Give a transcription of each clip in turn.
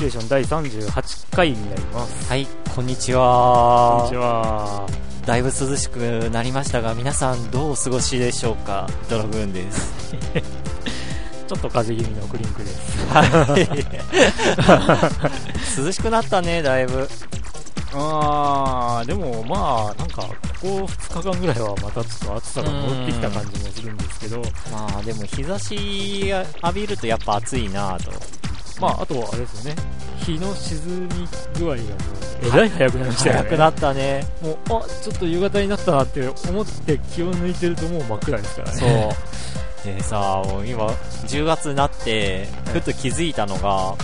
テーション第38回になります。 はい、こんにちは。 こんにちは。 だいぶ涼しくなりましたが、皆さんどうお過ごしでしょうか。ドラグーンです。 ちょっと風邪気味のクリンクです。 はい。涼しくなったね、だいぶ。 でもまあなんかここ2日間ぐらいはまたちょっと暑さが戻ってきた感じもするんですけど、 まあでも日差し浴びるとやっぱ暑いなと。 まああとあれですよね、日の沈み具合がもうえらい早くなりましたよね。 早くなったね。 もうちょっと夕方になったなって思って気を抜いてるともう真っ暗ですからね。 そうでさ、もう今10月になってふっと気づいたのが、はい、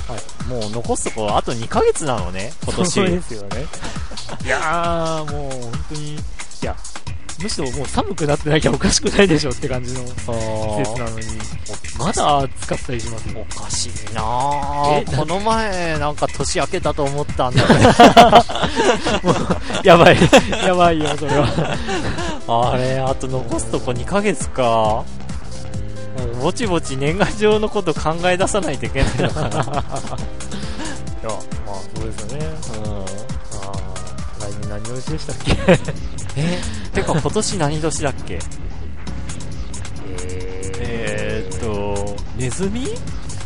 もう残すところあと2ヶ月なのね、今年。 そうですよね。いやーもう本当に、いやむしろもう寒くなってなきゃおかしくないでしょって感じの季節なのにまだ暑かったりしますね。 おかしいなぁ。この前なんか年明けたと思ったんだけどもうやばいやばいよそれは。 あれ、あと残すとこ2ヶ月か。もうぼちぼち年賀状のこと考え出さないといけないのかな。いや、まあそうですよね。来年何年でしたっけ。 てか今年何年だっけ。ネズミで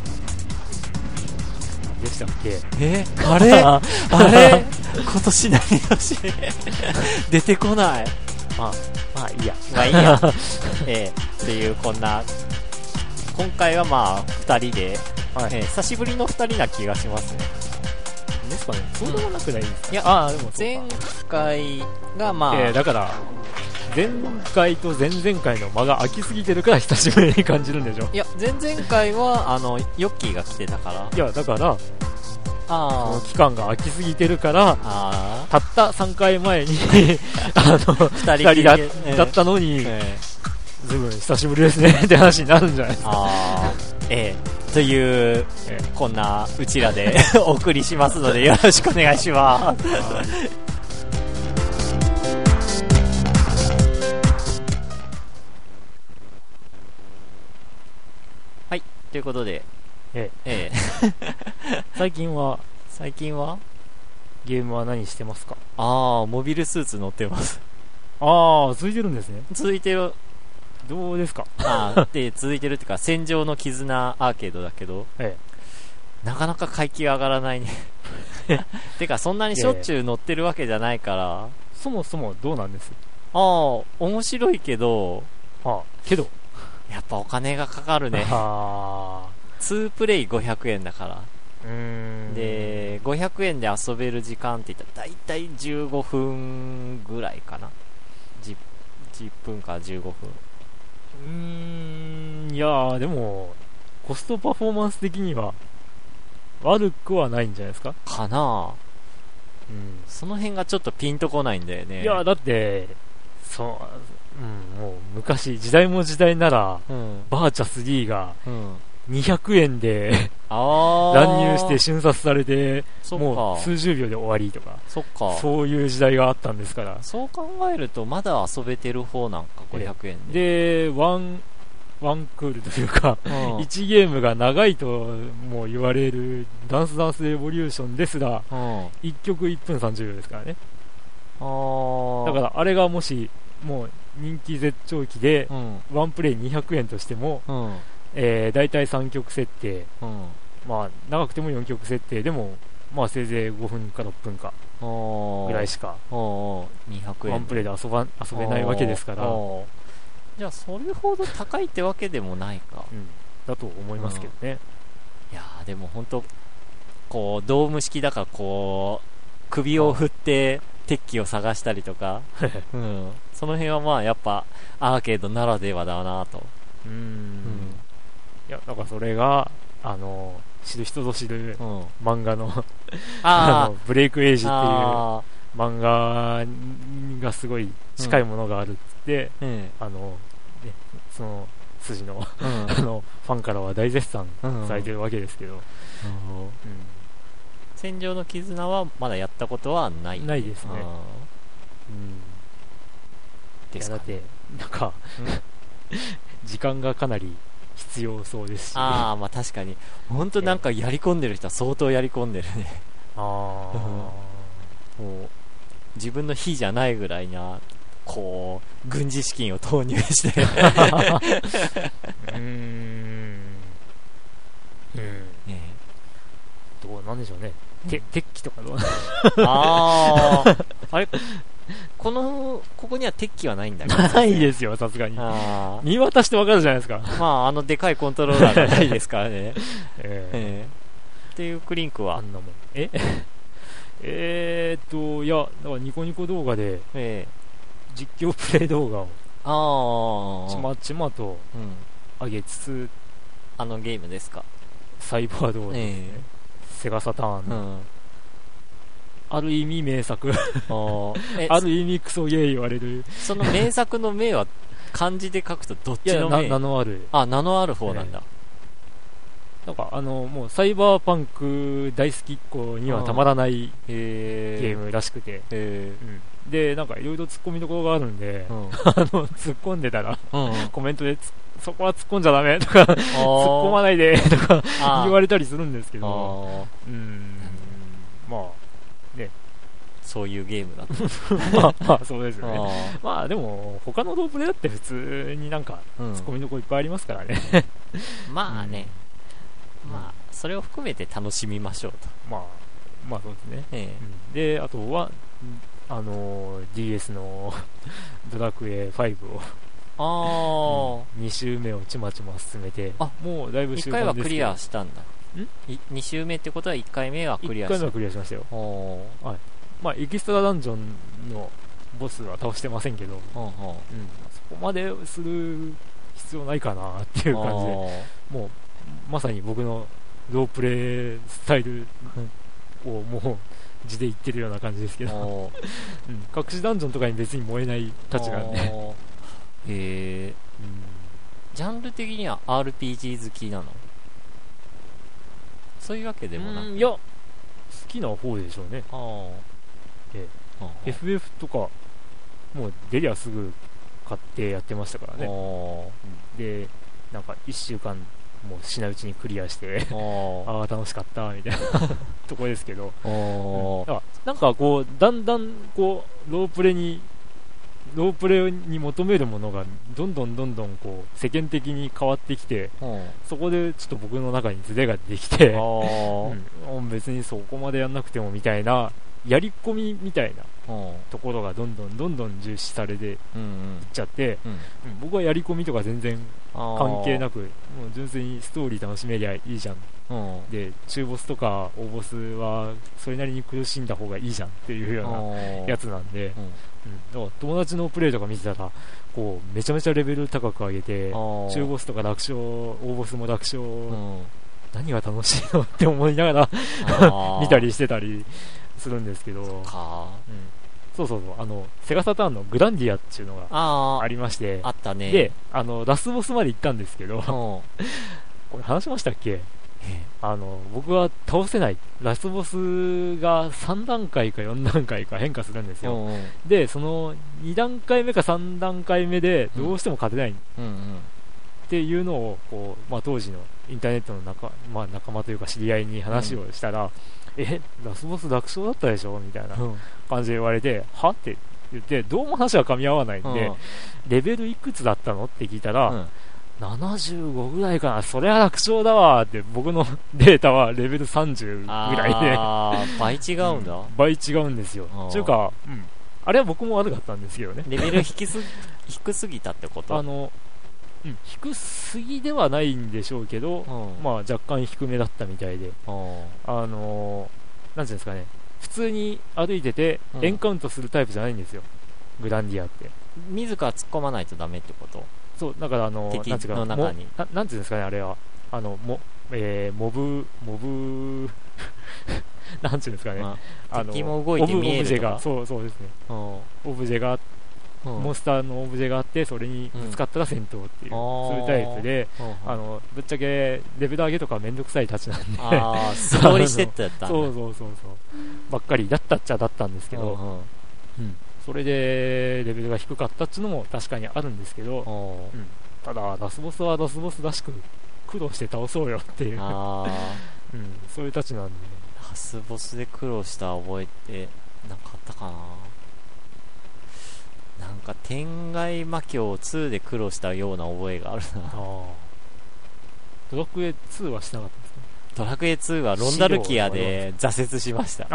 したっけ。 あれあれ今年何年出てこない。 まあいいや。 まあいいや。っていうこんな、今回はまあ2人で、久しぶりの2人な気がしますね。 ですかね。そうでもなくないですか。 いや、でも前回がまあ、 だから前回と前々回の間が空きすぎてるから久しぶりに感じるんでしょ。 いや、前々回はヨッキーが来てたから。 いやだからその期間が空きすぎてるから、たった3回前に2人だったのに、ずいぶん久しぶりですねって話になるんじゃないですか。 という、こんなうちらでお送りしますのでよろしくお願いします。はい、ということで、 最近はゲームは何してますか。 モビルスーツ乗ってます。 続いてるんですね。 続いてる。 どうですか。 で続いてるっていうか、戦場の絆アーケードだけど、なかなか階級上がらないね。てかそんなにしょっちゅう乗ってるわけじゃないから。 そもそもどうなんです。 面白いけど、 やっぱお金がかかるね。2プレイ500円だから。で500円で遊べる時間って言ったらだいたい15分ぐらいかな。10分か15分。 いやでもコストパフォーマンス的には悪くはないんじゃないですか。 かな。その辺がちょっとピンとこないんだよね。 いやだってもう昔、時代も時代なら、バーチャ3が200円で乱入して瞬殺されて、もう数十秒で終わりとか、そういう時代があったんですから。 そう考えるとまだ遊べてる方なんか500円でワンクールというか、1ゲームが長いとも言われるダンスダンスエボリューションですら、1曲1分30秒ですからね。だからあれがもしもう人気絶頂期で、ワンプレイ200円としても、だいたい3曲設定、まあ長くても4曲設定でも、まあせいぜい5分か6分かぐらいしか 200円ワンプレイで遊べないわけですから。 じゃあそれほど高いってわけでもないか、 だと思いますけどね。 いやでも本当こうドーム式だからこう首を振って鉄器を探したりとか、その辺はまあやっぱアーケードならではだなと。いやだからそれが知る人ぞ知る漫画のブレイクエイジっていう漫画がすごい近いものがあるって、その筋のファンからは大絶賛されてるわけですけど、 戦場の絆はまだやったことはないですね。だってなんか時間がかなり必要そうですし。 まあ確かに。ほんとなんかやり込んでる人は相当やり込んでるね。もう、自分の非じゃないぐらいな、こう、軍事資金を投入して。 どうなんでしょうね。鉄器とかどうあれここには鉄器はないんだけど。 ないですよ、さすがに。見渡してわかるじゃないですか。 まあ、でかいコントローラーがないですからね。っていうクリンクは。 あんなもん。いや、だからニコニコ動画で、実況プレイ動画を、ちまちまと上げつつ、 ゲームですか。 サイバードですね。セガサターン。ある意味名作。ある意味クソゲー言われる。 その名作の名は漢字で書くとどっちの名？ 名のある。 名のある方なんだ。 なんかもうサイバーパンク大好きっ子にはたまらないゲームらしくて。で、なんかいろいろ突っ込みどころがあるんで、突っ込んでたら、コメントでそこは突っ込んじゃダメとか、突っ込まないでとか言われたりするんですけど、まあ、ね。 そういうゲームだと。まあ、そうですよね。まあ、でも、他のロープレだって普通になんか、突っ込みどころいっぱいありますからね。 まあね。まあ、それを含めて楽しみましょうと。 まあそうですね。で、あとは、DS のドラクエ5を、2周目をちまちま進めて、もうだいぶ終盤ですけど。1回はクリアしたんだ。2周目ってことは1回目はクリアした。 1回目はクリアしましたよ。はい。まあ、エキストラダンジョンのボスは倒してませんけど、そこまでする必要ないかなっていう感じで、もう、まさに僕のロープレイスタイルをもう字で言ってるような感じですけど、隠しダンジョンとかに別に燃えないたちなんで。 ジャンル的には RPG 好きなの？そういうわけでもなく、 いや、好きな方でしょうね。FF とかもう出りゃすぐ買ってやってましたからね。で、なんか1週間もうしないうちにクリアして楽しかったみたいなとこですけど、なんかこうだんだんこうロープレに求めるものがどんどんこう世間的に変わってきて、そこでちょっと僕の中にズレができて、別にそこまでやんなくてもみたいなやり込みみたいなところがどんどん重視されていっちゃって、僕はやり込みとか全然関係なく、もう純粋にストーリー楽しめりゃいいじゃん、で中ボスとか大ボスはそれなりに苦しんだ方がいいじゃんっていうようなやつなんで、だから友達のプレイとか見てたらこうめちゃめちゃレベル高く上げて中ボスとか楽勝、大ボスも楽勝、何が楽しいのって思いながら見たりしてたりするんですけど、そうセガサターンのグランディアっていうのがありまして、 あったね。 でラスボスまで行ったんですけどこれ話しましたっけ？僕は倒せない。ラスボスが3段階か4段階か変化するんですよ。でその2段階目か3段階目でどうしても勝てないっていうのをこう、当時のインターネットの仲間というか知り合いに話をしたら、ラスボス楽勝だったでしょみたいな感じで言われて、はって言って、どうも話は噛み合わないんで、レベルいくつだったのって聞いたら、75ぐらいかな、それは楽勝だわって、僕のデータはレベル30ぐらいで倍違うんだ、 倍違うんですよ。というか、あれは僕も悪かったんですけどね。 レベル低すぎたってこと？ 低すぎではないんでしょうけど、若干低めだったみたいで、なんていうんですかね、普通に歩いててエンカウントするタイプじゃないんですよ、グランディアって。 自ら突っ込まないとダメってこと？ そう、だから敵の中になんていうんですかね、あれはモブなんていうんですかね、 敵も動いて見えるとか、 オブジェが、そうですね、オブジェがモンスターのオブジェがあって、それにぶつかったら戦闘っていう、そういうタイプで、ぶっちゃけレベル上げとかめんどくさいたちなんで、 素通りしてってやったんだ。 そうばっかりだったっちゃだったんですけど、それでレベルが低かったっていうのも確かにあるんですけど、 ただラスボスはラスボスらしく苦労して倒そうよっていうそういうたちなんで、 ラスボスで苦労した覚えってなかったかな。なんか天外魔境2で苦労したような覚えがあるな。 ドラクエ2はしなかったですね。 ドラクエ2はロンダルキアで挫折しました。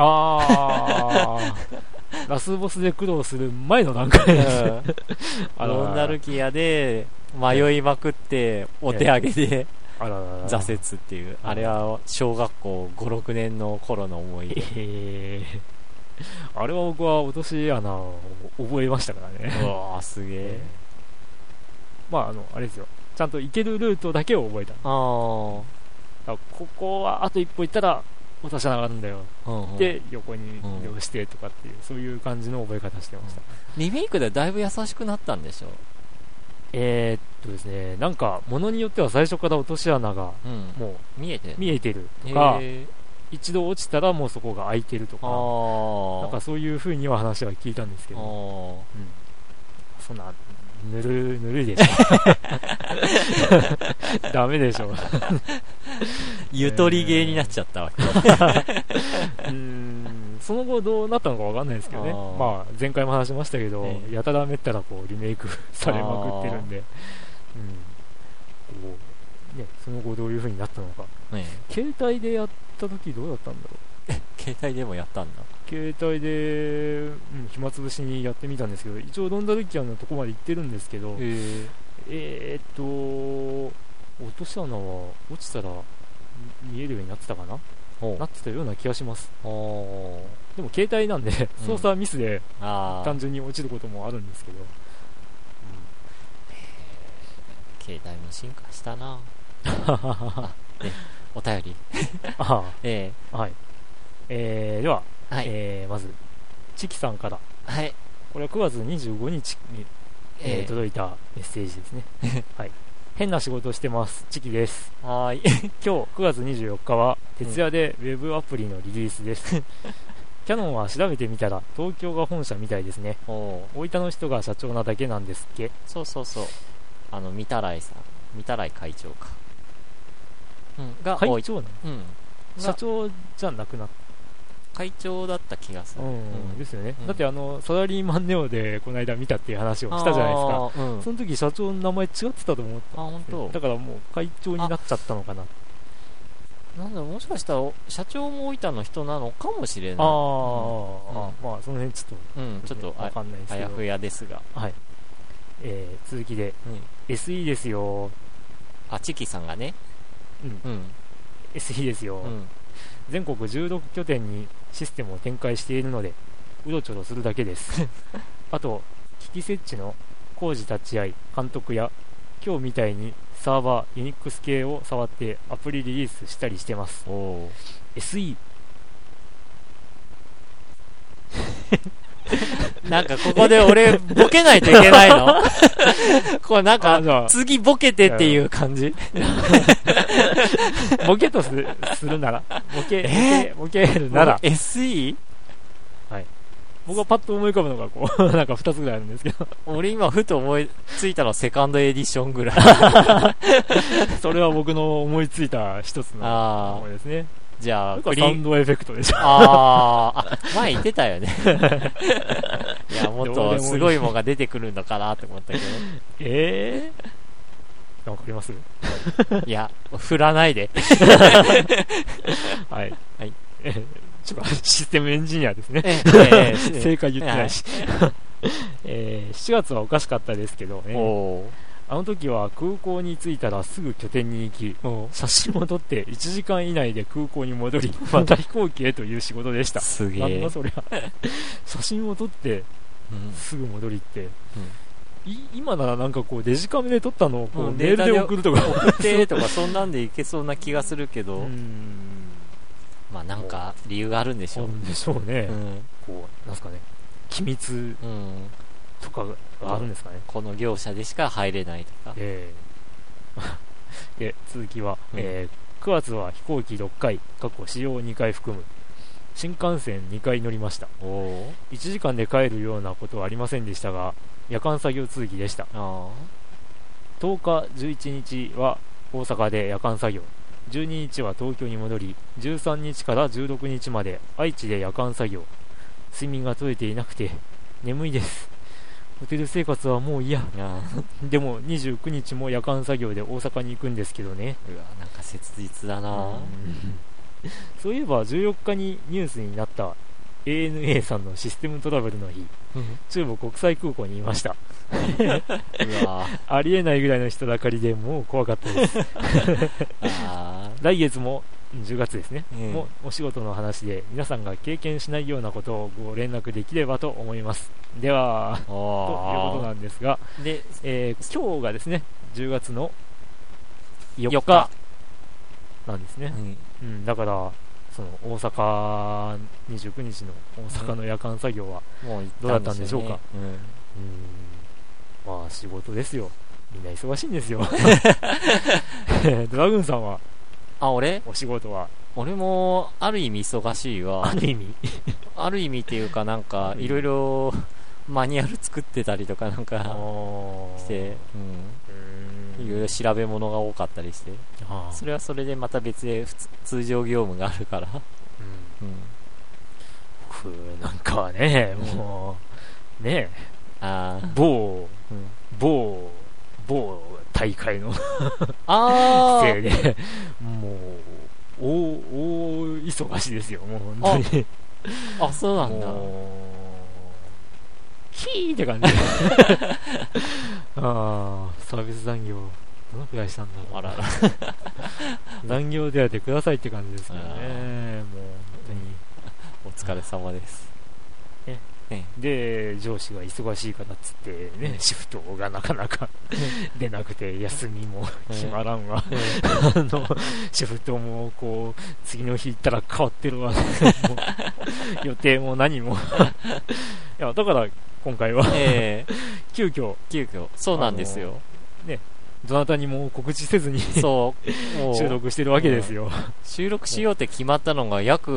ラスボスで苦労する前の段階です、 ロンダルキアで迷いまくってお手上げで挫折っていう、あれは小学校5、6年の頃の思い出。 あれは僕は落とし穴を覚えましたからね。 うわーすげえ。 あれですよ、ちゃんと行けるルートだけを覚えた。ここはあと一歩行ったら落とし穴があるんだよ、で横に移動してとかっていう、そういう感じの覚え方してました。 リメイクでだいぶ優しくなったんでしょ。 ですね、なんか物によっては最初から落とし穴がもう見えてるとか、一度落ちたらもうそこが空いてるとか、なんかそういう風には話は聞いたんですけど、そんなぬるいでしょダメでしょゆとりゲーになっちゃったわけその後どうなったのかわかんないですけどね。前回も話しましたけど、やたらめったらこうリメイクされまくってるんで、その後どういう風になったのか、携帯でやった時どうだったんだろう携帯でもやったんだ。 携帯で、暇つぶしにやってみたんですけど、一応ロンダルキアのとこまで行ってるんですけど、落とし穴は落ちたら見えるようになってたかな、なってたような気がします。でも携帯なんで操作ミスで単純に落ちることもあるんですけど、 携帯も進化したなお便りはい、では、まずチキさんから、これは9月25日に、届いたメッセージですね変な仕事してますチキです。今日9月24日は徹夜でウェブアプリのリリースですキャノンは調べてみたら東京が本社みたいですね。大分の人が社長なだけなんですっけ。 そう御手洗さん、御手洗会長か、が会長なの、社長じゃなくなった会長だった気がする、 ですよね、だってサラリーマンネオでこの間見たっていう話をしたじゃないですか、その時社長の名前違ってたと思ったんですよ。だからもう会長になっちゃったのかな。 なんだろう、もしかしたら社長も大分の人なのかもしれない。 その辺ちょっとわかんないですけど、あやふやですが、 続きで、SE ですよ。 チキさんがね、 SE ですよ、全国16拠点にシステムを展開しているのでうろちょろするだけですあと機器設置の工事立ち会い監督や今日みたいにサーバーユニックス系を触ってアプリリリースしたりしてます。SE なんかここで俺ボケないといけないのこれなんか次ボケてっていう感じボケとするならボケるなら SE？ 僕はパッと思い浮かぶのがこうなんか2つぐらいあるんですけど俺今ふと思いついたのはセカンドエディションぐらいそれは僕の思いついた一つの思いですね。 じゃあサウンドエフェクトでしょ。 前言ってたよねいやもっとすごいものが出てくるのかなと思ったけどわかりますいや振らないでちょっとシステムエンジニアですね正解言ってないし7月はおかしかったですけどね。あの時は空港に着いたらすぐ拠点に行き写真を撮って1時間以内で空港に戻りまた飛行機へという仕事でした。 すげえ。 なんだそりゃ写真を撮ってすぐ戻りって、今ならなんかこうデジカメで撮ったのをこうメールで送るとか送ってとかそんなんでいけそうな気がするけどまあなんか理由があるんでしょう。 ね、こうなんすかね、機密とかがあるんですかね。 この業者でしか入れないとか。 で続きは、9月は飛行機6回使用2回含む新幹線2回乗りました。1時間で帰るようなことはありませんでしたが夜間作業続きでした。 10日、11日は大阪で夜間作業、12日は東京に戻り、13日から16日まで愛知で夜間作業。睡眠が取れていなくて眠いです。ホテル生活はもう嫌。でも29日も夜間作業で大阪に行くんですけどね。 うわ、なんか切実だな。 そういえば14日にニュースになった ANA さんのシステムトラブルの日、中部国際空港にいました。 うわありえないぐらいの人だかりでもう怖かったです。来月も10月ですね、もうお仕事の話で皆さんが経験しないようなことをご連絡できればと思います。ではということなんですが、 で、 今日がですね10月の4日なんですね、だからその大阪29日の大阪の夜間作業はどうだったんでしょうか。まあ仕事ですよ、みんな忙しいんですよ。ドラグーンさんは俺お仕事は？ 俺もある意味忙しいわ。 ある意味ある意味っていうか、なんかいろいろマニュアル作ってたりとかなんかして、いろいろ調べ物が多かったりして、それはそれでまた別で通常業務があるから、 なんかね、もうね、某大会のせいでもう大忙しいですよ、もう本当に。 そうなんだ。 キーって感じ。サービス残業どのくらいしたんだろう。残業手当くださいって感じですけどね。もう本当にお疲れ様です。 で上司が忙しいからっつってね、シフトがなかなか出なくて休みも決まらんわ。シフトもこう次の日行ったら変わってるわ。もう予定も何も。いやだから今回は、急遽そうなんですよ。 ね、どなたにも告知せずにそう収録してるわけですよ。 収録しようって決まったのが約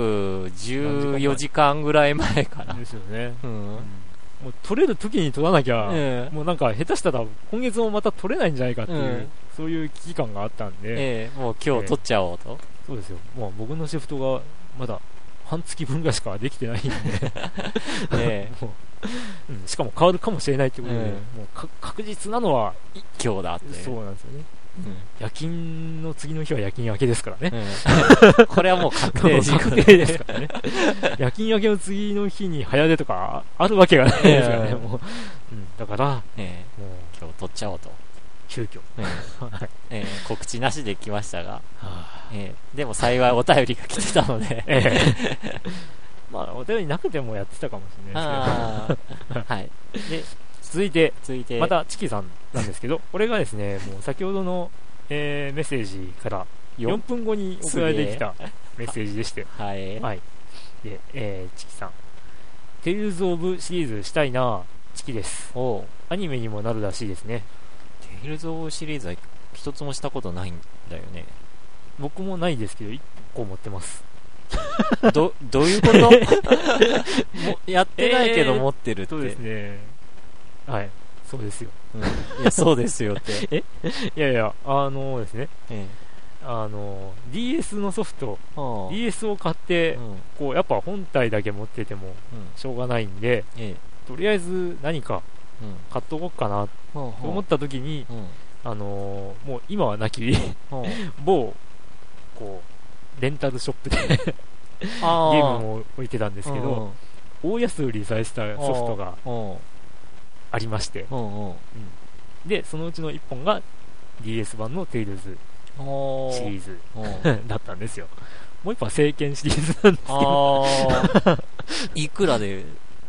14時間ぐらい前からですよね。もう撮れる時に撮らなきゃ、もうなんか下手したら今月もまた撮れないんじゃないかっていう、そういう危機感があったんで、 もう今日撮っちゃおうと。 そうですよ。もう僕のシフトがまだ半月分ぐらいしかできてないんで、もうしかも変わるかもしれないってことで、もう確実なのは今日だって。 そうなんですよね。夜勤の次の日は夜勤明けですからね。 これはもう確定ですからね。夜勤明けの次の日に早出とかあるわけがないですからね。もうだから、もう今日撮っちゃおうと。 急遽告知なしで来ましたが、でも幸いお便りが来てたので、 まあお便りなくてもやってたかもしれないですけど。はい。で続いてまたチキさんなんですけど、これがですね、もう先ほどの、メッセージから4分後に送られてきたメッセージでして、はい。で、チキさん、テイルズ・オブシリーズしたいな、チキです。アニメにもなるらしいですね。 テイルズ・オブシリーズは一つもしたことないんだよね。 僕もないですけど1個持ってます。 どういうことやってないけど持ってるって。 そうですね。はい、そうですよ。 いや、そうですよって。 いやいや、ですね。DS のソフト、DS を買って、こうやっぱ本体だけ持っててもしょうがないんで、とりあえず何か買っとこうかなと思った時に、もう今はなき某こうレンタルショップでゲームも置いてたんですけど、大安売りされてたソフトがありまして、でそのうちの1本が DS 版のテイルズシリーズだったんですよ。もう1本は聖剣シリーズなんですけどいくらで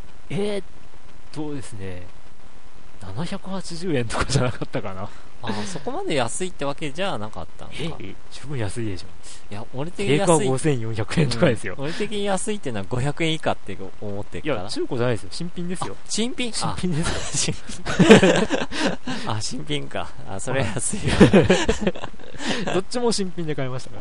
ですね、780円とかじゃなかったかな。 そこまで安いってわけじゃなかったのか。 十分安いでしょ。 いや、俺的に安い。 定価5400円とかですよ。 俺的に安いってのは500円以下って思ってるから。 いや、中古じゃないですよ。新品ですよ。 新品ですよ。 新品か。それ安いよ。 どっちも新品で買いましたから。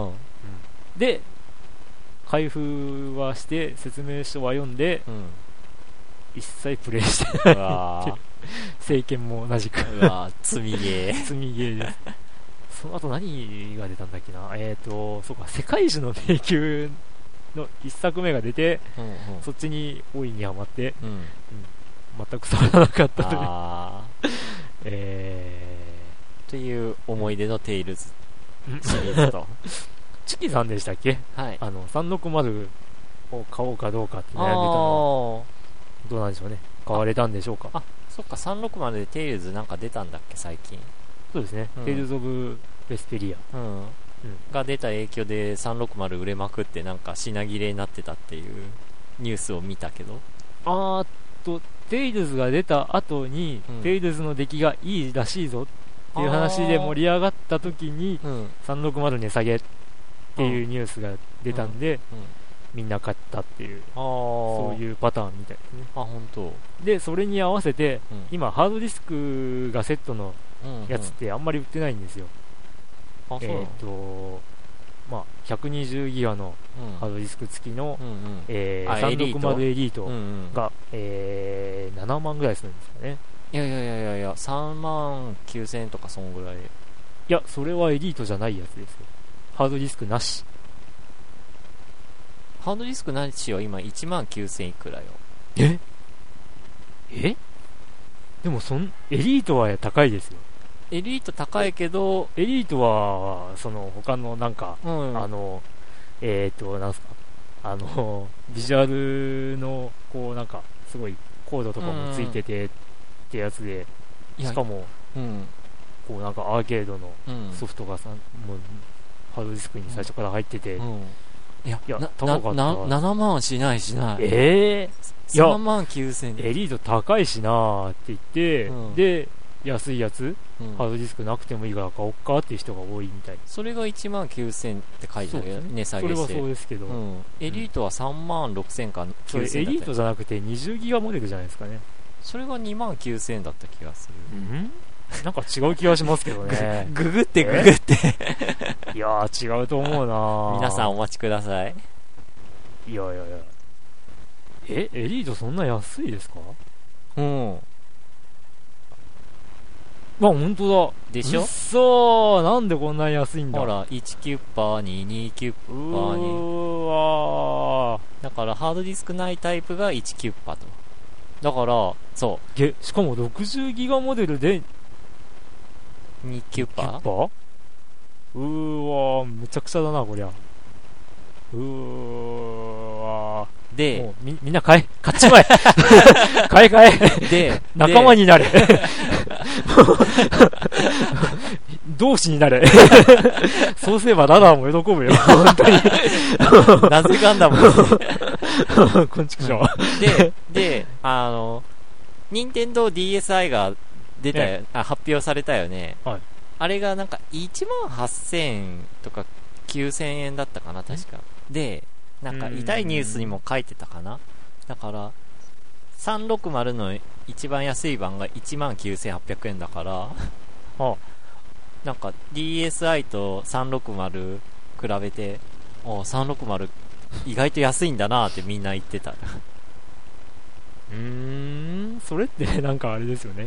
で、開封はして、説明書は読んで、一切プレイしてない。 聖剣も同じくうわ積みゲー積みゲーです。その後何が出たんだっけな、そうか、世界樹の迷宮の一作目が出て、 うん、うん、 そっちに大いにハマって、 うん、うん、 全く触らなかったというあという思い出のテイルズシリーズとチキさんでしたっけ、 はい、 360を買おうかどうかって悩んでたの、どうなんでしょうね、買われたんでしょうか。 あ、そっか、360でテイルズなんか出たんだっけ最近。 そうですね、 うん、 テイルズ・オブ・ベスペリア、 うん、が出た影響で360売れまくってなんか品切れになってたっていうニュースを見たけど、 テイルズが出た後に、テイルズの出来がいいらしいぞっていう話で盛り上がった時に、360値下げっていうニュースが出たんで、みんな買ったっていう、そういうパターンみたいですね。 あ、本当。 で、それに合わせて、今ハードディスクがセットのやつってあんまり売ってないんですよ。まあ、120ギガのハードディスク付きの、360エリートが、7万ぐらいするんですかね。 いや、3万9000円とかそんぐらい。いや、それはエリートじゃないやつですよ。ハードディスクなし。 ハードディスクなしは今1万9000いくらよ。 えでもエリートは高いですよ。 エリート高いけど、 エリートは、他のなんか、なんすか、ビジュアルの、こうなんか、すごいコードとかもついてて、ってやつで、しかも、こうなんかアーケードのソフトがもうハードディスクに最初から入ってて、いや、高かった。 7万しない。 3 万9000 エリート高いしなーって言って、で、安いやつ、ハードディスクなくてもいいから買おっかっていう人が多いみたい。 それが1万9000って書いてあるよね、値下げして。 それはそうですけど、 エリートは3万6000か9000だった。 エリートじゃなくて20ギガモデルじゃないですかね。 それが2万9000だった気がする。 なんか違う気がしますけどね。 ググって。いやー違うと思うな。 皆さんお待ちください。 いや。エリートそんな安いですか？まあ本当だ。 でしょ？ そう、なんでこんなに安いんだ。 ほら、1キュッパーに2キュッパーに。だからハードディスクないタイプが1キュッパと。だから、そう。 しかも60ギガモデルで 2キュッパー？ むちゃくちゃだな、こりゃ。 で、 もうみんな買っちまえ買えで、仲間になれ同志になれそうすればラダーも喜ぶよ、本当になぜガンダムこんちくしょで、任天堂 DSi が出たよ、発表されたよね。はい。あれがなんか1万8000円とか9000円だったかな、確か。で、なんか痛いニュースにも書いてたかな。だから360の一番安い版が 19,800 円だからなんか DSi と360比べて360意外と安いんだなってみんな言ってたそれってなんかあれですよね、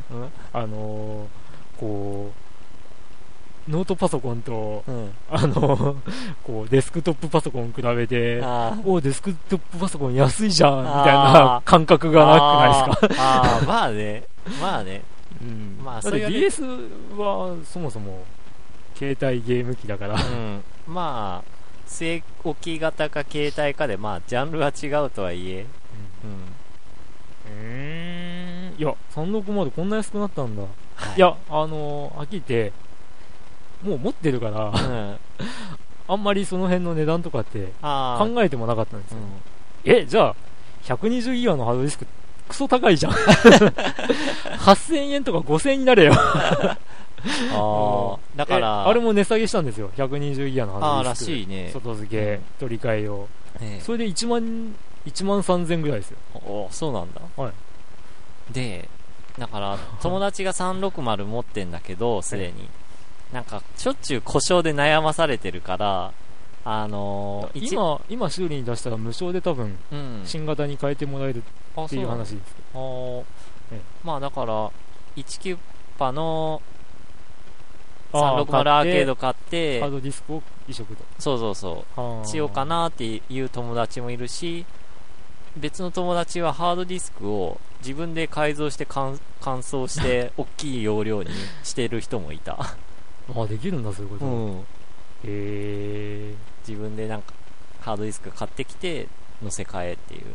こうノートパソコンと、こうデスクトップパソコン比べて、デスクトップパソコン安いじゃんみたいな感覚がなくないですか？ まあね。 まあそれ、ね、DS はそもそも携帯ゲーム機だから、 まあ据え置き型か携帯かでまあジャンルは違うとはいえ、 いや360こんな安くなったんだ。いやはっきり言ってもう持ってるから、あんまりその辺の値段とかって考えてもなかったんですよ。じゃあ120ギガのハードディスククソ高いじゃん8000円とか5000円になれよだからあれも値下げしたんですよ、120ギガのハードディスクらしいね、 外付け、取り替えを、それで1万3000ぐらいですよ。 そうなんだ。でだから友達が360持ってんだけどすでになんかしょっちゅう故障で悩まされてるから今修理に出したら無償で多分、新型に変えてもらえるっていう話です。 まあだから 19パの360アーケード買ってハードディスクを移植と。 そうしようかなっていう友達もいるし、別の友達はハードディスクを自分で改造して乾燥して大きい容量にしてる人もいた。 できるんだ、そういうこと。 自分でなんかハードディスク買ってきて乗せ替えっていう。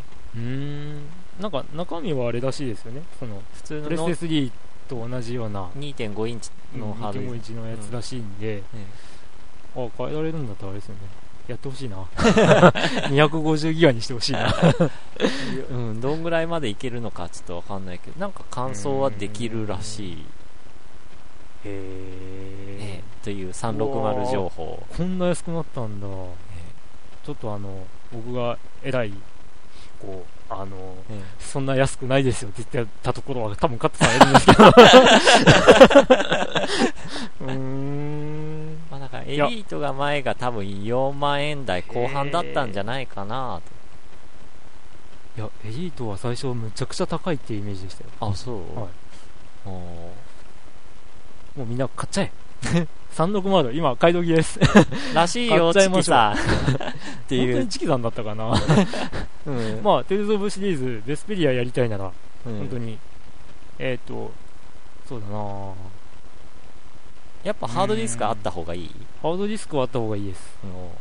なんか中身はあれらしいですよね。その普通のプレステ3と同じような 2.5 インチのハードディスク、 2.5インチのやつらしいんで、変えられるんだったらあれですよね。やってほしいな。250ギガにしてほしいな。 どんぐらいまでいけるのかちょっとわかんないけど、なんか乾燥はできるらしい。という360情報。 こんな安くなったんだ。ちょっと僕が偉いこうそんな安くないですよって言ってたところは多分カットされるんですけど。 なんかエリートが前が多分4万円台後半だったんじゃないかなと。いや、エリートは最初むちゃくちゃ高いっていうイメージでしたよ。 あ、そう。 はい。もうみんな買っちゃえ。360今買い時です。 らしいよ、チキさん。っていう。 本当にチキさんだったかな。まあ、テイルズ・オブシリーズ、ベスペリアやりたいなら、本当に、そうだな。 やっぱハードディスクあった方がいい？ ハードディスクはあった方がいいです。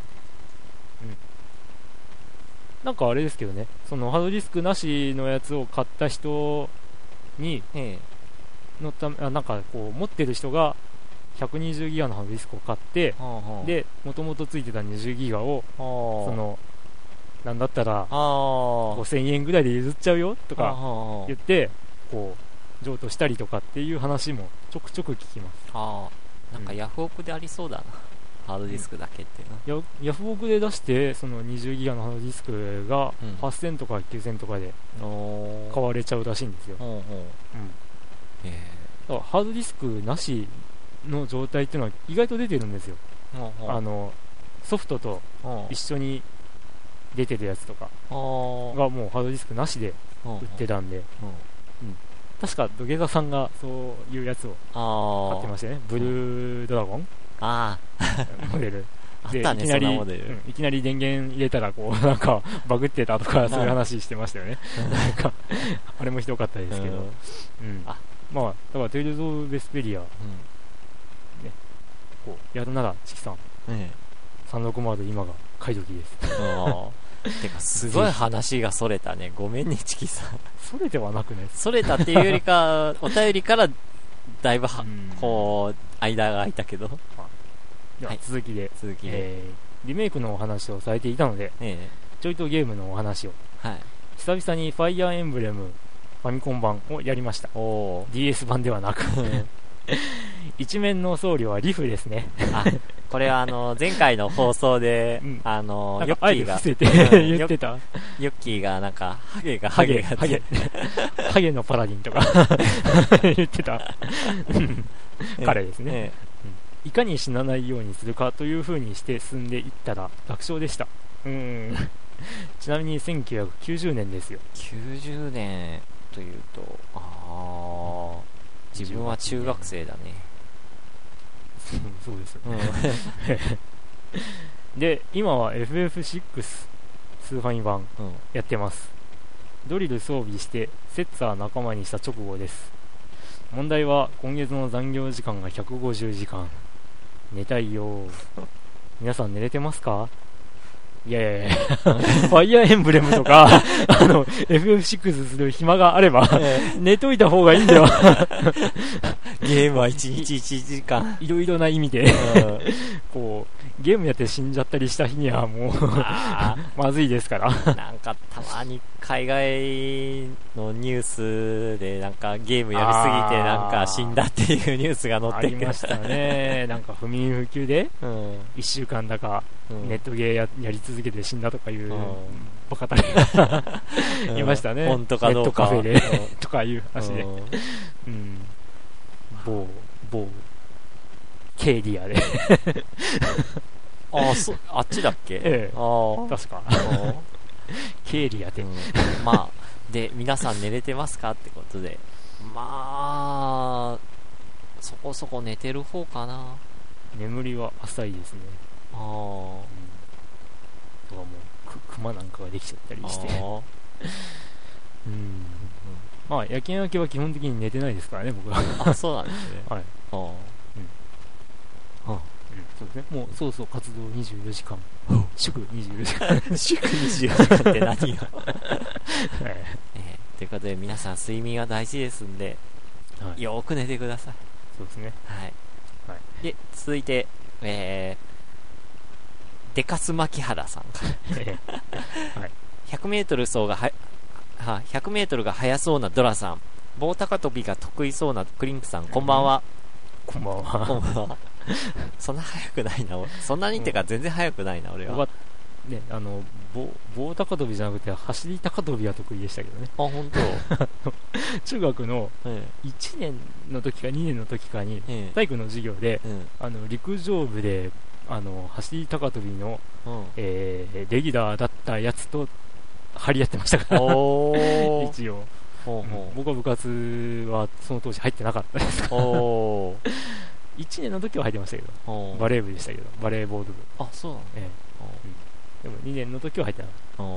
なんかあれですけどね、そのハードディスクなしのやつを買った人に、のため、なんかこう、持ってる人が、120ギガのハードディスクを買って、で、もともとついてた20ギガを、なんだったら、5000円ぐらいで譲っちゃうよとか言って、こう、譲渡したりとかっていう話もちょくちょく聞きます。 なんかヤフオクでありそうだな。ハードディスクだけっていうの。ヤフオクで出して、その20ギガのハードディスクが8000とか9000とかで買われちゃうらしいんですよ。だからハードディスクなしの状態っていうのは意外と出てるんですよ。ソフトと一緒に出てるやつとかがもうハードディスクなしで売ってたんで、確か土下座さんがそういうやつを買ってましたね。ブルードラゴンモデルで、いきなりモデル、 いきなり電源入れたらこうなんかバグってたとかそういう話してましたよね。なんかあれもひどかったですけど、まあだからテイルズ・オブ・ベスペリア、こうやるならチキさん、360今が買い時です。 てかすごい話がそれたね。ごめんねチキさん。 それではなくね。 それたっていうよりかお便りからだいぶこう間が空いたけど。 続きでリメイクのお話をされていたので、ちょいとゲームのお話を。久々にファイアーエンブレムファミコン版をやりました。DS 版ではなく一面の僧侶はリフですね。 これは前回の放送で、ヨッキーが言ってた。 ヨッキーがなんかハゲのパラディンとか言ってた彼ですね。いかに死なないようにするかという風にして進んでいったら楽勝でした。ちなみに1990年ですよ。 90年というと、自分は中学生だね。 そうですよね。で、今は FF6 スーファミ版やってます。ドリル装備してセッツァー仲間にした直後です。問題は今月の残業時間が150時間。寝たいよ。皆さん寝れてますか？いやファイアーエンブレムとかFF6 する暇があれば寝といた方がいいんだよ。 ゲームは1日1時間いろいろな意味でこうゲームやって死んじゃったりした日にはもうまずいですから。 なんかたまに海外のニュースでなんかゲームやりすぎてなんか死んだっていうニュースが載ってきましたね。なんか不眠不休で1週間だかネットゲーやり続けて死んだとかいうバカタレがいましたね。 本当かどうかネットカフェでとかいう話で、某ケーディアであっちだっけ？ 確か経理やて、 まあで皆さん寝れてますかってことで、まあそこそこ寝てる方かな。 眠りは浅いですね。とかもう熊なんかができちゃったりしてまあ夜勤明けは基本的に寝てないですからね、僕は。 あ、そうなんですね。 はい。そうですね。もうそうそう活動24時間。祝24時間。 祝24時間って何がということで皆さん睡眠は大事ですんで、よーく寝てください。 そうですね。 はい。で、続いて、デカス牧原さんから、100メートル走が100メートルが速そうなドラさん、棒高跳びが得意そうなクリンクさん、こんばんは。 こんばんは。 こんばんは。そんな速くないな、そんなにってか全然速くないな、俺は。 ね、棒高跳びじゃなくて走り高跳びは得意でしたけどね。 あ、本当。 中学の1年の時か2年の時かに体育の授業で、陸上部で走り高跳びの、レギュラーだったやつと張り合ってましたから一応僕は部活はその当時入ってなかったです1年の時は入ってましたけど、バレー部でしたけど、バレーボール部。 あ、そうなの。 でも2年の時は入ってなか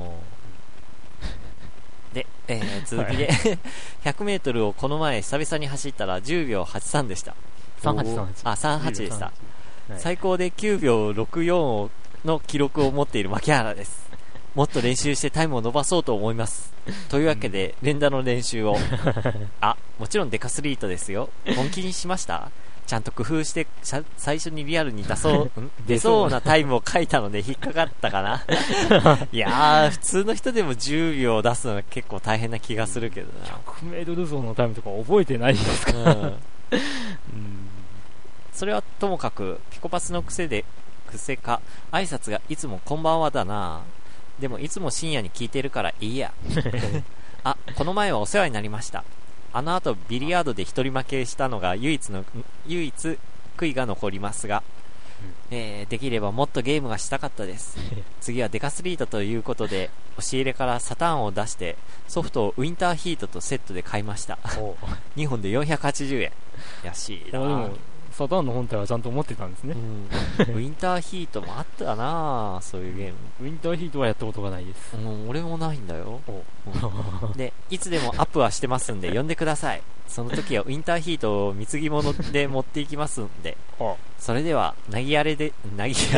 ったで、続きで、100メートルをこの前久々に走ったら10秒83でした。 38 あ、38でした。最高で9秒64の記録を持っている牧原です。もっと練習してタイムを伸ばそうと思います。というわけで、連打の練習を。あ、もちろんデカスリートですよ。本気にしました？ちゃんと工夫して最初にリアルに出そうなタイムを書いたので引っかかったかな。いやー、普通の人でも10秒出すのは結構大変な気がするけどな。 100メートル走のタイムとか覚えてないですか？ それはともかくピコパスの癖か挨拶がいつもこんばんはだな。でもいつも深夜に聞いてるからいいや。あ、この前はお世話になりました。あの後ビリヤードで一人負けしたのが唯一悔いが残りますが、できればもっとゲームがしたかったです。次はデカスリートということで押し入れからサターンを出してソフトをウィンターヒートとセットで買いました。2本で480円。安いな。 でもサターンの本体はちゃんと持ってたんですね。 ウィンターヒートもあったな、そういうゲーム。 ウィンターヒートはやったことがないです。 俺もないんだよ。で、いつでもアップはしてますんで呼んでください。その時はウィンターヒートを貢ぎ物で持っていきますんで。それではやりめちゃ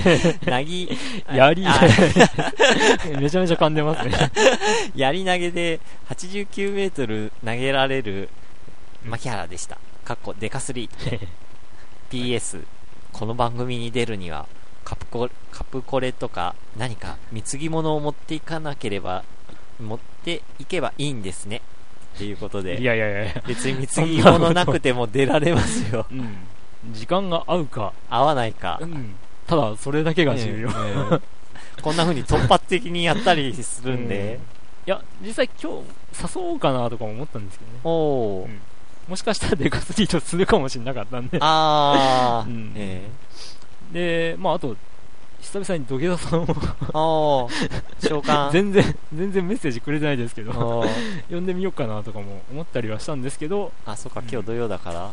めちゃ噛んでますね。 やり投げで89メートル投げられる牧原でした。かっこデカスリー。PS、この番組に出るにはカプコレとか何か貢ぎ物を持っていけばいいんですねっていうことで。 いや別に貢ぎ物なくても出られますよ。 時間が合うか合わないか、 ただそれだけが重要。 こんな風に突発的にやったりするんで、 いや実際今日誘おうかなとか思ったんですけどね。もしかしたらデカスリートするかもしれなかったんで。で、あと、久々に土下座さんを召喚全然メッセージくれてないですけど、呼んでみようかなとかも思ったりはしたんですけど、 そうか、今日土曜だから、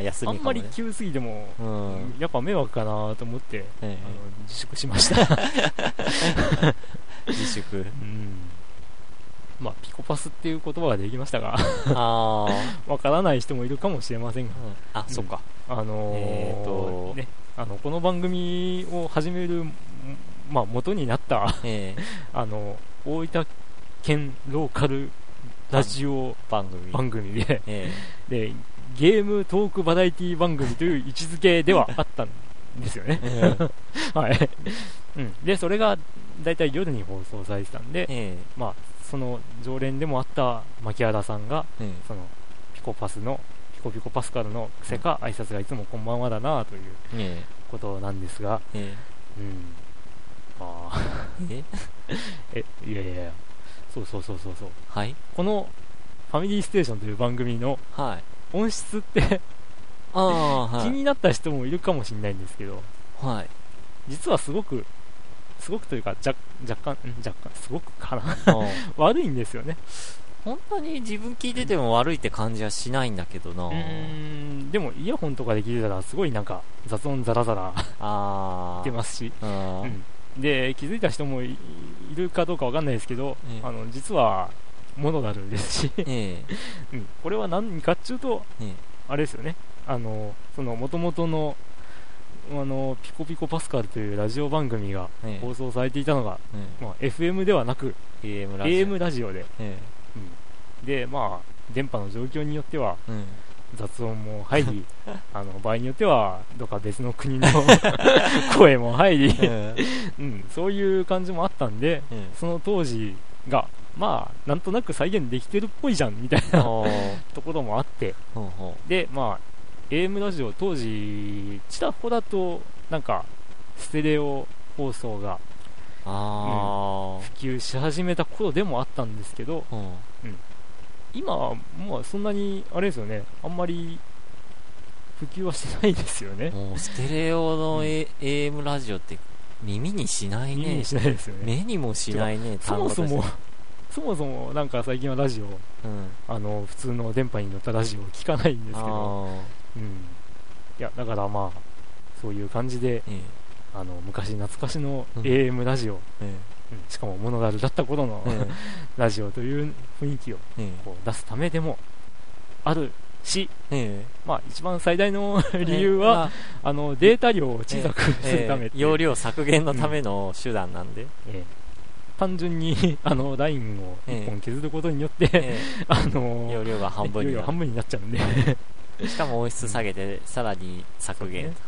休みかもね。 あんまり急すぎても、やっぱ迷惑かなと思って、自粛しました。 自粛。 ピコパスっていう言葉ができましたがわからない人もいるかもしれませんが、 そっか。 この番組を始める、元になった大分県ローカルラジオ番組で、でゲームトークバラエティ番組という位置づけではあったんですよね。でそれがだいたい夜に放送されてたんで、その常連でもあった牧原さんが、そのピコパスカルの癖か、挨拶がいつもこんばんはだなということなんですが、いやそうはい、 このファミリーステーションという番組の音質って気になった人もいるかもしれないんですけど、実はすごくすごくというか若干すごくかな悪いんですよね。 本当に自分聞いてても悪いって感じはしないんだけどな。 でもイヤホンとかで聞いてたらすごいなんか雑音ザラザラ出ますし、で気づいた人も いるかどうかわかんないですけど、実はモノラルですし、これは何かっていうと、あれですよね、その元々のピコピコパスカルというラジオ番組が放送されていたのが、FM ではなく AM ラジオで、でまあ電波の状況によっては、雑音も入り場合によってはどっか別の国の声も入り、そういう感じもあったんで、その当時がまあなんとなく再現できてるっぽいじゃんみたいなところもあって、でまあAM ラジオ当時ちらほらとなんかステレオ放送が普及し始めた頃でもあったんですけど、今はもうそんなにあれですよね、あんまり普及はしてないですよね。 もうステレオの、AM ラジオって耳にしないね。 耳にしないですよね。 目にもしないね。 そもそもなんか最近はラジオ、普通の電波に乗ったラジオを聞かないんですけど、いやだからまあそういう感じで、昔懐かしの AM ラジオ、しかもモノラルだった頃の、ラジオという雰囲気をこう出すためでもあるし、まあ一番最大の理由は、データ量を小さくするため、 容量削減のための手段なんで、 単純にラインを1本削ることによって、 容量が半分になっちゃうんでしかも音質下げてさらに削減と、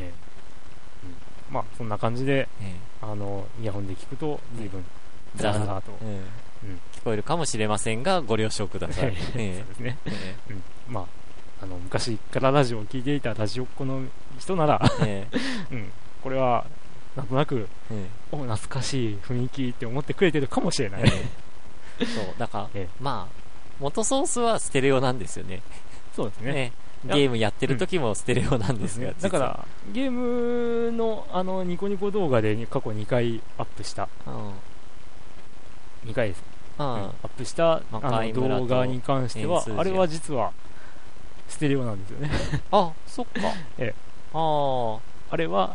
まあそんな感じで、イヤホンで聞くと随分ザラザラと、 聞こえるかもしれませんがご了承ください。 そうですね。まあ昔からラジオを聞いていたラジオっ子の人なら、これはなんとなく、懐かしい雰囲気って思ってくれてるかもしれない。そうだから、まあ元ソースはステレオなんですよね。 そうですね。 ゲームやってる時もステレオなんですが、 だからゲームのニコニコ動画で過去2回アップした、2回です、アップした動画に関してはあれは実はステレオなんですよね。 あ、そっか。 あれは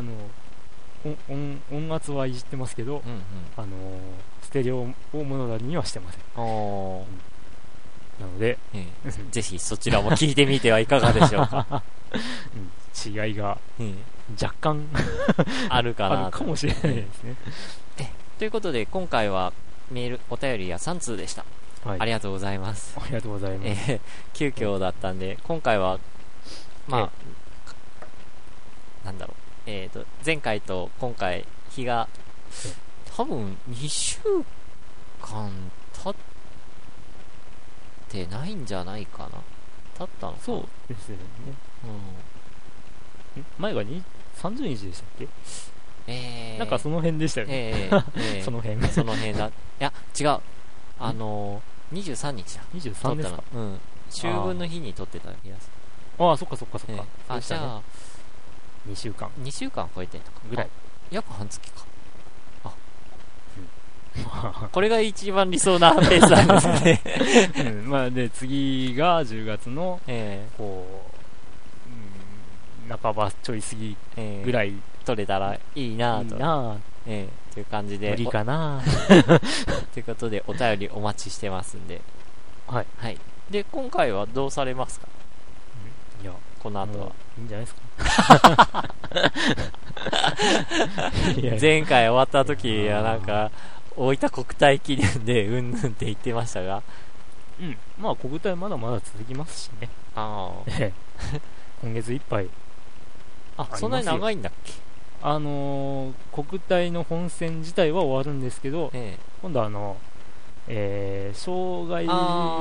音圧はいじってますけど、ステレオをモノラルにはしてません。なので、 ぜひそちらも聞いてみてはいかがでしょうか。 違いが若干あるかなあるかもしれないですね。 ということで今回はメールお便りや3通でした。ありがとうございます。 ありがとうございます。 急遽だったんで今回はまあなんだろう、前回と今回日が多分2週間経ってないんじゃないかな。経ったのかな。 そうですよね。前が30日でしたっけ？なんかその辺でしたよね。その辺だ。いや違う。23日だ。 23ですか？ 秋分の日に撮ってた気がする。ああ、そっかそっかそっか。 じゃあ 2週間超えてんのかぐらい。約半月か。これが一番理想なペースなんですね。 まあで次が10月のこう半ばちょい過ぎぐらい取れたらいいなという感じで無理かなということでお便りお待ちしてますんで、 はいで今回はどうされますか？ いやこの後はいいんじゃないですか。 前回終わった時はなんか大分国体記念でうんぬんって言ってましたが、 まあ国体まだまだ続きますしね。今月いっぱいそんなに長いんだっけ？ 国体の本戦自体は終わるんですけど、今度は障害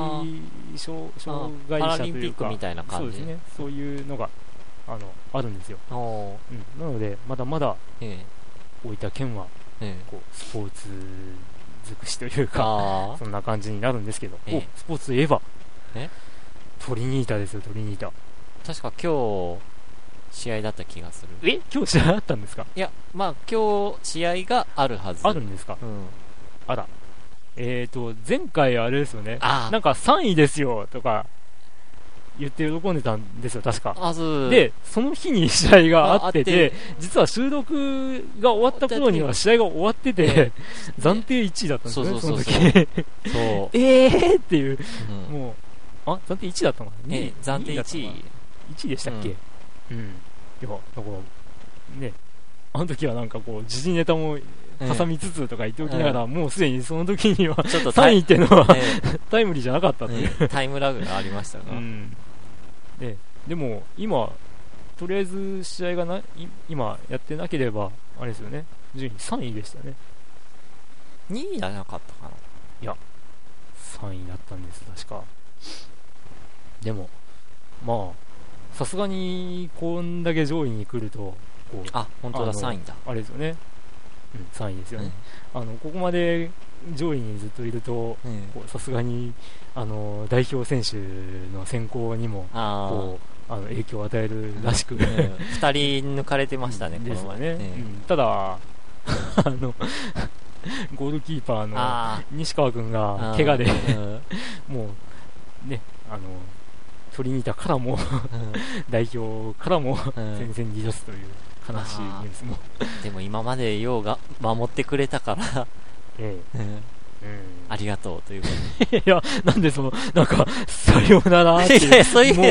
者というかみたいな感じ、 そうですね、そういうのがあるんですよ。なのでまだまだ大分県はこうスポーツ尽くしというかそんな感じになるんですけど、スポーツといえばトリニータですよ。トリニータ確か今日試合だった気がする。 今日試合あったんですか？ いや、まあ今日試合があるはず。 あるんですか？ うん。 あら。前回あれですよね。 なんか3位ですよとか言って喜んでたんですよ、確か。 そうで、その日に試合があってて、実は収録が終わった頃には試合が終わってて、暫定1位だったんですよね、その時。そう。っていう、もう、暫定1位だったのかな？ 暫定1位。 1位でしたっけ？うん。いや、だから、ね、あの時はなんかこう、時事ネタも挟みつつとか言っておきながら、もうすでにその時には、ちょっと3位っていうのは、タイムリーじゃなかったっていう。 タイムラグがありましたが。 でも、今、とりあえず試合が今やってなければ、あれですよね、順位3位でしたね。 2位じゃなかったかな？ いや、3位だったんです、確か。でも、まあ、さすがに、こんだけ上位に来ると、 本当だ、3位だ。 あれですよね。3位ですよね。ここまで上位にずっといると、さすがに、代表選手の選考にも、影響を与えるらしく、 2人抜かれてましたね、 ですよね。ただ、ゴールキーパーの西川君が怪我で、もう、ね、トリニータからも、代表からも、戦線に離脱という悲しいニュースも。 でも今までようが守ってくれたから、ありがとうということで。 いや、なんでなんか、さようならっていう、 そういう、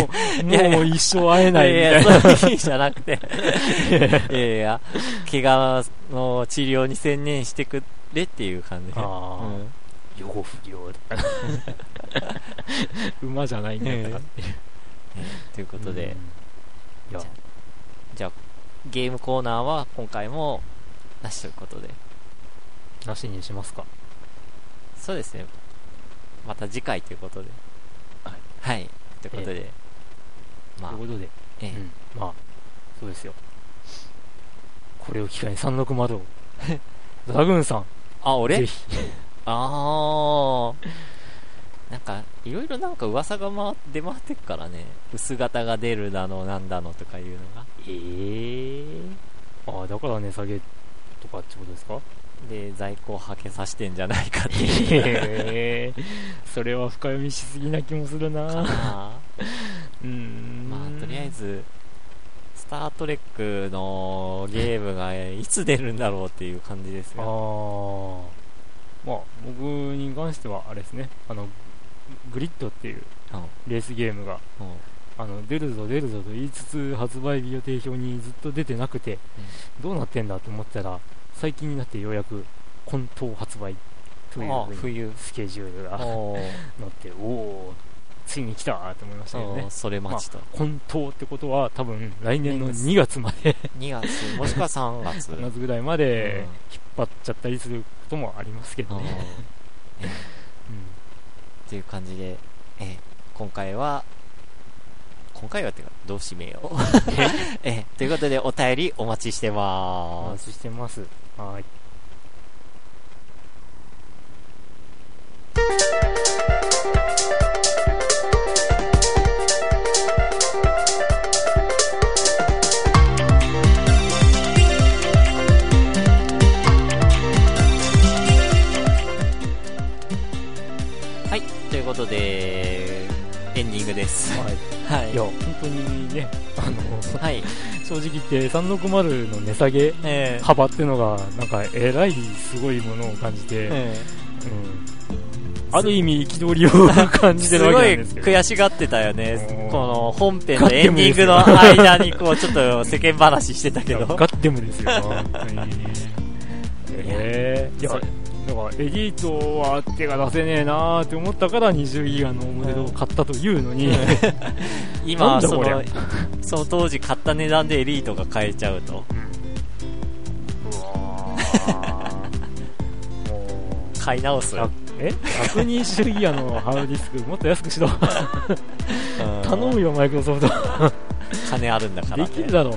もう一生会えないみたいな。 そういう意味じゃなくて、怪我の治療に専念してくれっていう感じで。 予後不良とか。馬じゃないんだから。 ということで、じゃあ、ゲームコーナーは今回もなしということで。 なしにしますか？ そうですね。また次回ということで。はい。ということで。 ということで。まあ、そうですよ。これを機会に360を。ドラグーンさん。 俺？ ぜひ。 なんか、いろいろなんか噂が出回ってくからね。薄型が出るだの、なんだのとかいうのが。 だから値下げとかってことですか？ で、在庫をはけさせてんじゃないかっていう。 それは深読みしすぎな気もするな。まあ、 とりあえず、スタートレックのゲームがいつ出るんだろうっていう感じですよ。 まあ、僕に関しては、あれですね、グリッドっていうレースゲームが、出るぞ出るぞと言いつつ、発売日予定表にずっと出てなくて、どうなってんだと思ったら、最近になってようやく混沌発売というスケジュールがなって、ついに来たと思いましたよね。 それ待ちと。 混沌ってことは多分来年の2月まで 2月もしくは3月 3月ぐらいまで引っ張っちゃったりすることもありますけどね。 という感じで、今回はっていうかどう締めようということでお便りお待ちしてます。 お待ちしてます。はい。 はい、ということでエンディングです。 はい。いや本当にね、正直言って360の値下げ幅っていうのがなんかえらいすごいものを感じて、ある意味憤りを感じてるわけなんですけど、 すごい悔しがってたよね。この本編とエンディングの間にこうちょっと世間話してたけど、 ガッテムですよ本当に。いやだからエリートは手が出せねえなーって思ったから20ギガのモデルを買ったというのに、 今その当時買った値段でエリートが買えちゃうと、もう買い直す。 120ギガのハードディスクもっと安くしろ頼むよマイクロソフト金あるんだからね。 できるだろう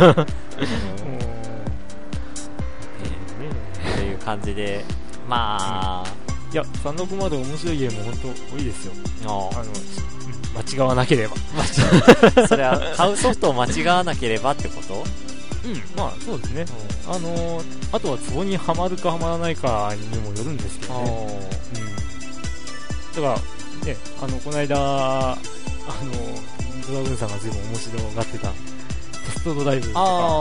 という感じで、まあ、 いや360面白いゲーム本当多いですよ。 間違わなければそれは買うソフトを間違わなければってこと？ まあそうですね、あとはツボにはまるかはまらないかにもよるんですけどね、だからね、この間ドラグーンさんが随分面白がってたテストドライブとか、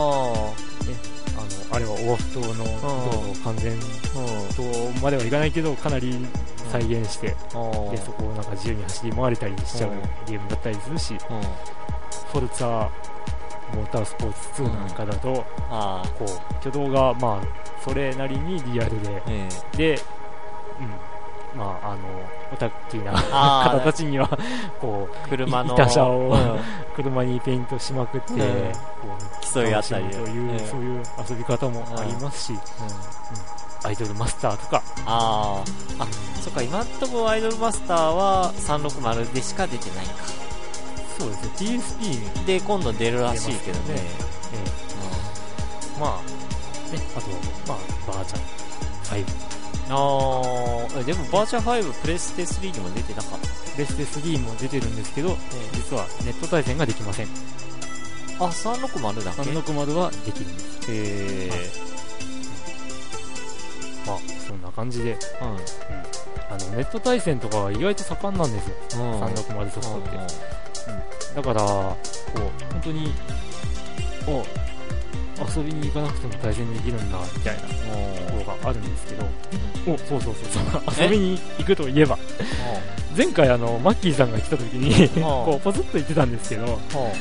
あれはオアフ島の道路完全とまではいかないけどかなり再現して、でそこをなんか自由に走り回れたりしちゃうゲームだったりするし、フォルツァモータースポーツ2なんかだと、こう挙動がまあそれなりにリアルで、まあオタクな方たちにはこう車の板車を、車にペイントしまくって、こう競い合ったりという、そういう遊び方もありますし、アイドルマスターとか、 そっか、今のところアイドルマスターは360でしか出てないか。 そうですね、PSP で今度出るらしいけどね。 まあね、あとはまあバーチャル5、 でもバーチャル5プレステ3にも出てなかった。 プレステ3も出てるんですけど、実はネット対戦ができません。 360だけ 360はできるんです。まあそんな感じで、ネット対戦とかは意外と盛んなんですよ、360ソフトって。だからこう本当に遊びに行かなくても対戦できるんだみたいなところがあるんですけど、そう遊びに行くといえば、前回マッキーさんが来た時にこうポツッと言ってたんですけど、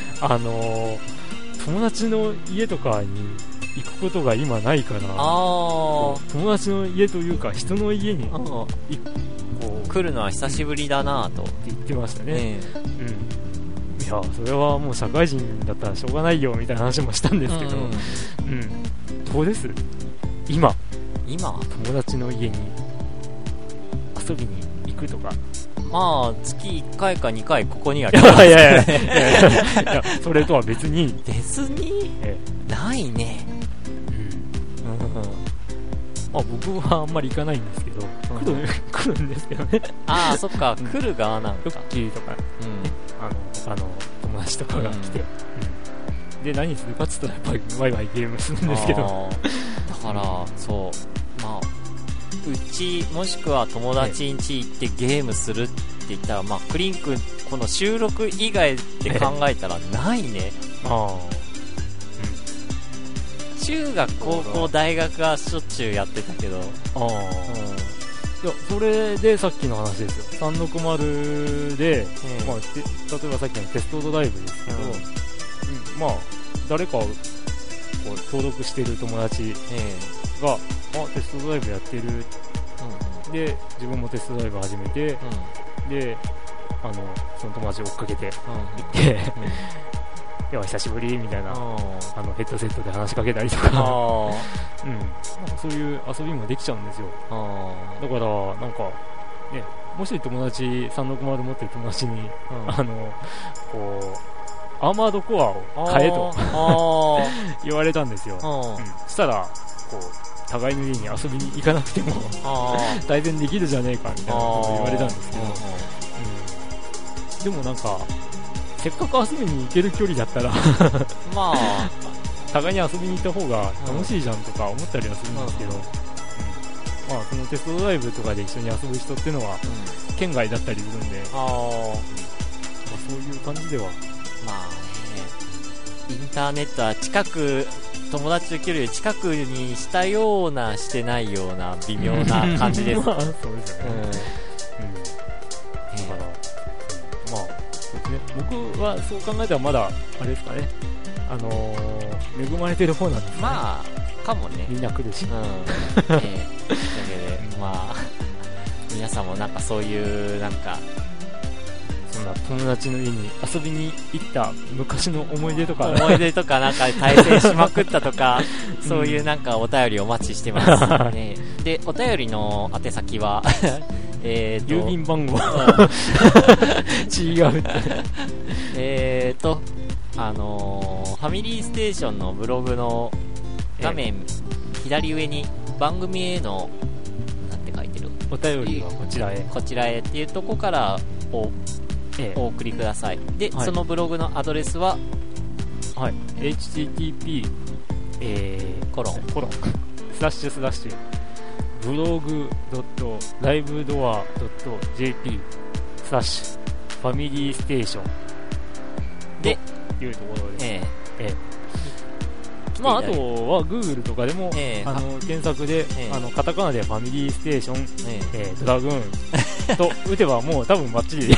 友達の家とかに行くことが今ないから、友達の家というか人の家にこう来るのは久しぶりだなと言ってましたね。いやそれはもう社会人だったらしょうがないよみたいな話もしたんですけど、どうです？今友達の家に遊びに行くとか。 まあ月1回か2回ここにあります。 いやそれとは別にないね。 まあ僕はあんまり行かないんですけど、来るんですけどね。 そっか、来る側なんか。 ロッキーとか、友達とかが来て、で何するかっつったらやっぱりワイワイゲームするんですけど、 だからそうまあうちもしくは友達ん家行ってゲームするって言ったら、まあクリンクこの収録以外で考えたらないね。中学高校大学はしょっちゅうやってたけど、いやそれでさっきの話ですよ。360で、例えばさっきのテストドライブですけど、まあ誰かこう登録してる友達が、テストドライブやってる、で自分もテストドライブ始めて、でその友達を追っかけて行って、いや久しぶりみたいな、ヘッドセットで話しかけたりとか、そういう遊びもできちゃうんですよ。だからなんかね、もし友達360持ってる友達に、こうアーマードコアを買えと言われたんですよ。そしたらこう互いの家に遊びに行かなくても対戦できるじゃねえかみたいなことを言われたんですけど、でもなんかせっかく遊びに行ける距離だったらまあ互いに遊びに行った方が楽しいじゃんとか思ったりはするんですけど、まあそのテストドライブとかで一緒に遊ぶ人っていうのは県外だったりするんで、そういう感じではまあね、インターネットは友達と距離を近くにしたようなしてないような微妙な感じです。 そうですよね。だから僕はそう考えたらまだあれですかね、恵まれてる方なんですね。 まあかもね、 みんな来るし、 だけでまあ皆さんもなんかそういうなんかそんな友達の家に遊びに行った昔の思い出とかなんか対戦しまくったとかそういうなんかお便りお待ちしてますね。でお便りの宛先は郵便番号違うってファミリーステーションのブログの画面左上に番組へのなんて書いてるお便りはこちらへっていうとこからお送りください。で、そのブログのアドレスは、 はい、http:// ブログ .livedoor.jp/ファミリーステーションでいうところです。まあ、あとは Google とかでも、検索で、カタカナでファミリーステーション、ドラグーンと打てばもう多分バッチリで、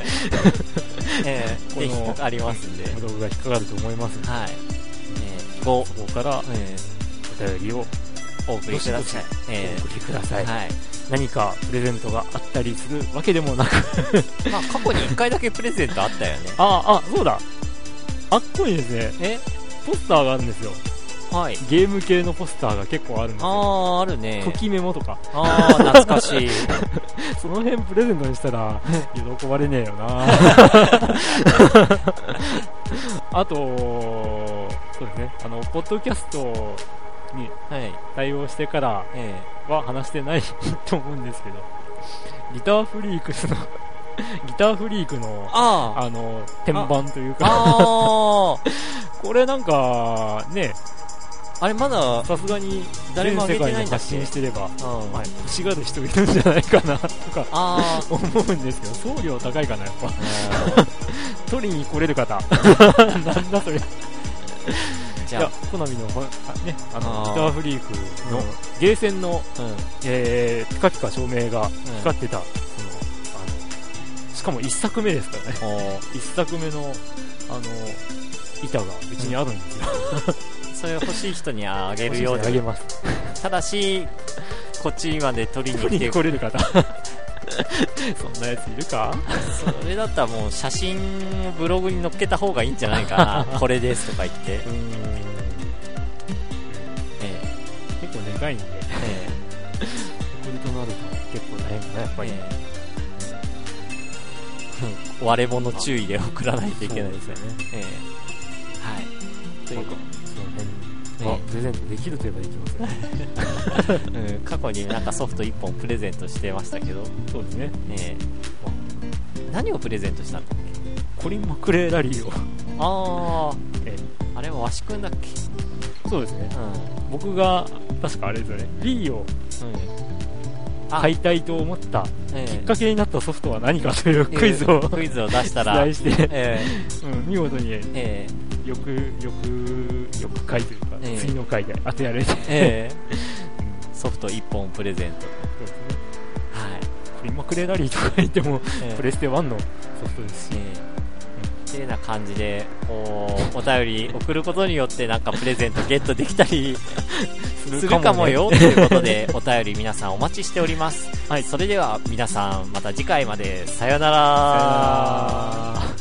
引っかかりますんで、 ブログが引っかかると思いますので、 はい、 そこから、お便りをお送りください。 お送りください。 はい、 何かプレゼントがあったりするわけでもなくまあ過去に1回だけプレゼントあったよね。 そうだ、あっこにですね、ポスターがあるんですよ。 はい、 ゲーム系のポスターが結構あるんですよ。 あるね。 ときメモとか。 懐かしい。 その辺プレゼントにしたら喜ばれねえよな。あと、そうですね、ポッドキャストに対応してからは話してないと思うんですけど、ギターフリークの天板というかこれなんかね、あれまださすがに誰も世界に発信してれば欲しがる人いるんじゃないかなとか思うんですけど、送料高いかな、やっぱ取りに来れる方なんだそれ。じゃあコナミのギターフリークのゲーセンのピカピカ照明が光ってた、しかも1作目ですからね。1作目の板がうちにあるんですよ。 それ欲しい人にあげるようで、 あげます。 ただしこっちまで取りに来れる方そんなやついるか。 それだったらもう写真をブログに載っけた方がいいんじゃないかな。これですとか言って、 結構でかいんで、送るとなると結構大変だね、やっぱり。 割れ物注意で送らないといけないですよね。はい。というか、 プレゼントできるといえばできますね。 過去になんかソフト1本プレゼントしてましたけど。 そうですね。 何をプレゼントしたんだっけ。 コリン・マクレーラリーを。 あれはわしくんだっけ。 そうですね。僕が確かあれですよね、リーを買いたいと思ったきっかけになったソフトは何かというクイズを出したら出題して、見事に翌回というか、次の回で当てられて、 ソフト1本プレゼント。そうですね。はい。 コリン・マクレーラリーとか言っても、プレステ1のソフトですし、 っていうような感じでお便り送ることによってなんかプレゼントゲットできたりするかもよということで、お便り皆さんお待ちしております。はい、それでは皆さんまた次回まで、さよなら。